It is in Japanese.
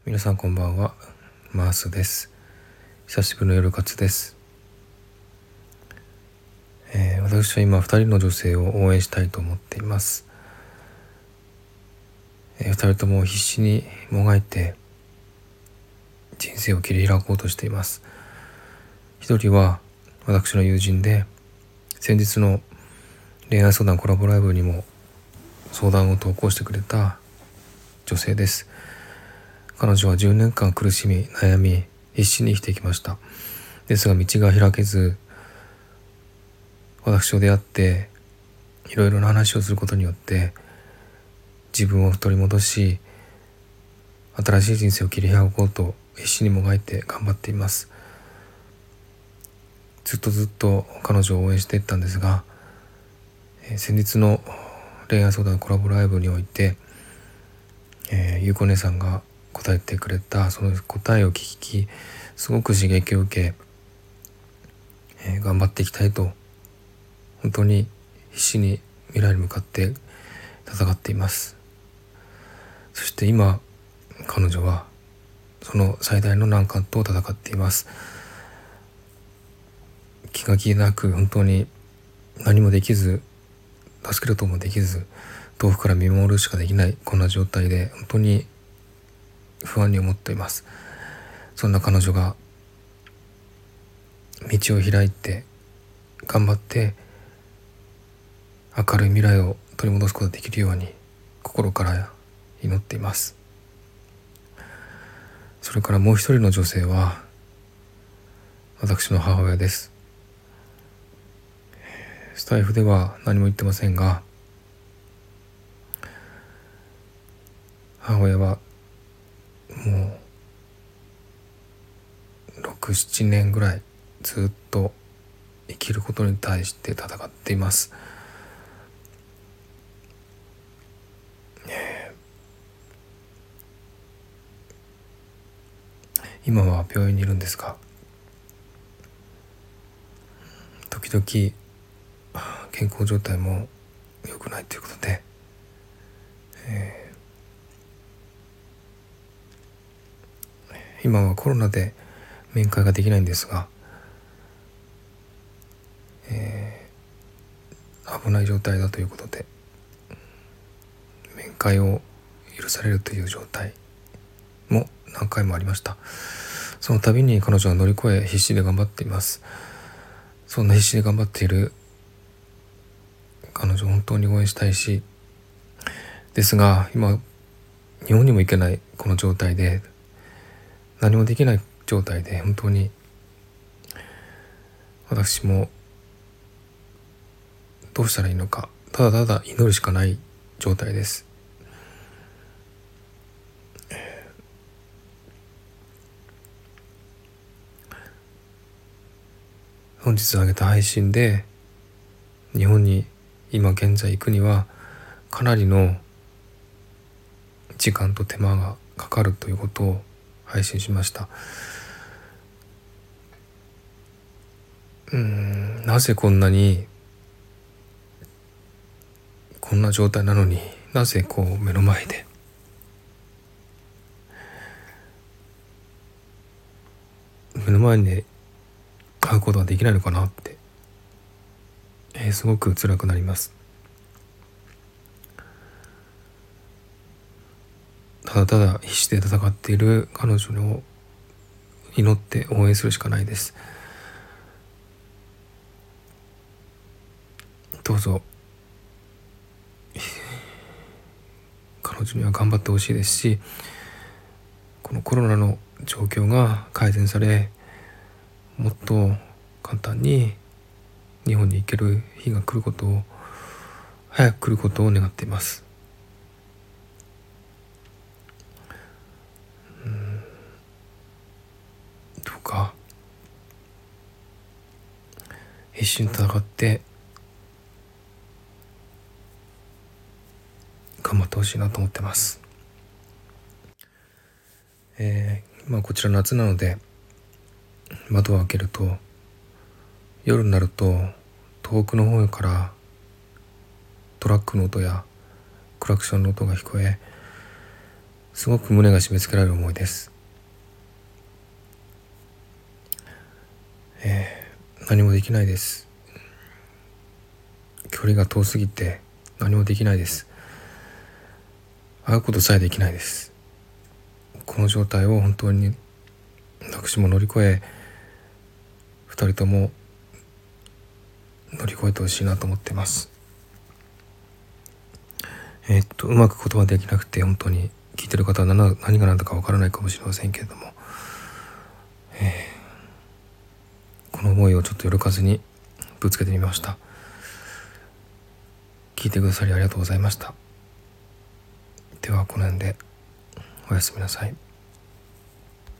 皆さんこんばんは、マースです。久しぶりの夜活です。私は今2人の女性を応援したいと思っています。2人とも必死にもがいて人生を切り開こうとしています。1人は私の友人で、先日の恋愛相談コラボライブにも相談を投稿してくれた女性です。彼女は10年間苦しみ悩み必死に生きてきました。ですが道が開けず、私と出会っていろいろな話をすることによって自分を取り戻し、新しい人生を切り開こうと必死にもがいて頑張っています。ずっと彼女を応援していったんですが、先日の恋愛相談コラボライブにおいて、ゆうこ姉さんが答えてくれたその答えを聞き、すごく刺激を受け、頑張っていきたいと本当に必死に未来に向かって戦っています。そして今彼女はその最大の難関と戦っています。気が気なく、本当に何もできず、助けることもできず、遠くから見守るしかできない、こんな状態で本当に不安に思っています。そんな彼女が道を開いて頑張って明るい未来を取り戻すことができるように心から祈っています。それからもう一人の女性は私の母親です。スタイフでは何も言ってませんが、母親はもう6、7年ぐらいずっと生きることに対して戦っています。今は病院にいるんですが、時々健康状態も良くないということで、今はコロナで面会ができないんですが、危ない状態だということで面会を許されるという状態も何回もありました。その度に彼女は乗り越え必死で頑張っています。そんな必死で頑張っている彼女を本当に応援したいし、ですが今日本にも行けないこの状態で、何もできない状態で、本当に私もどうしたらいいのか、ただただ祈るしかない状態です。本日上げた配信で日本に今現在行くにはかなりの時間と手間がかかるということを配信しました。なぜこんな状態なのに、なぜこう目の前で会うことができないのかなって、すごく辛くなります。ただただ必死で戦っている彼女を祈って応援するしかないです。どうぞ彼女には頑張ってほしいですし、このコロナの状況が改善され、もっと簡単に日本に行ける日が来ることを、早く来ることを願っています。どうか必死に戦って頑張ってほしいなと思ってます。今こちら夏なので窓を開けると、夜になると遠くの方からトラックの音やクラクションの音が聞こえ、 すごく胸が締め付けられる思いです。何もできないです。距離が遠すぎて何もできないです。会うことさえできないです。この状態を本当に私も乗り越え、二人とも乗り越えてほしいなと思っています。うまく言葉できなくて本当に聞いてる方は何が何だかわからないかもしれませんけれども、この思いをちょっとよろかずにぶつけてみました。聞いてくださりありがとうございました。ではこの辺でおやすみなさい。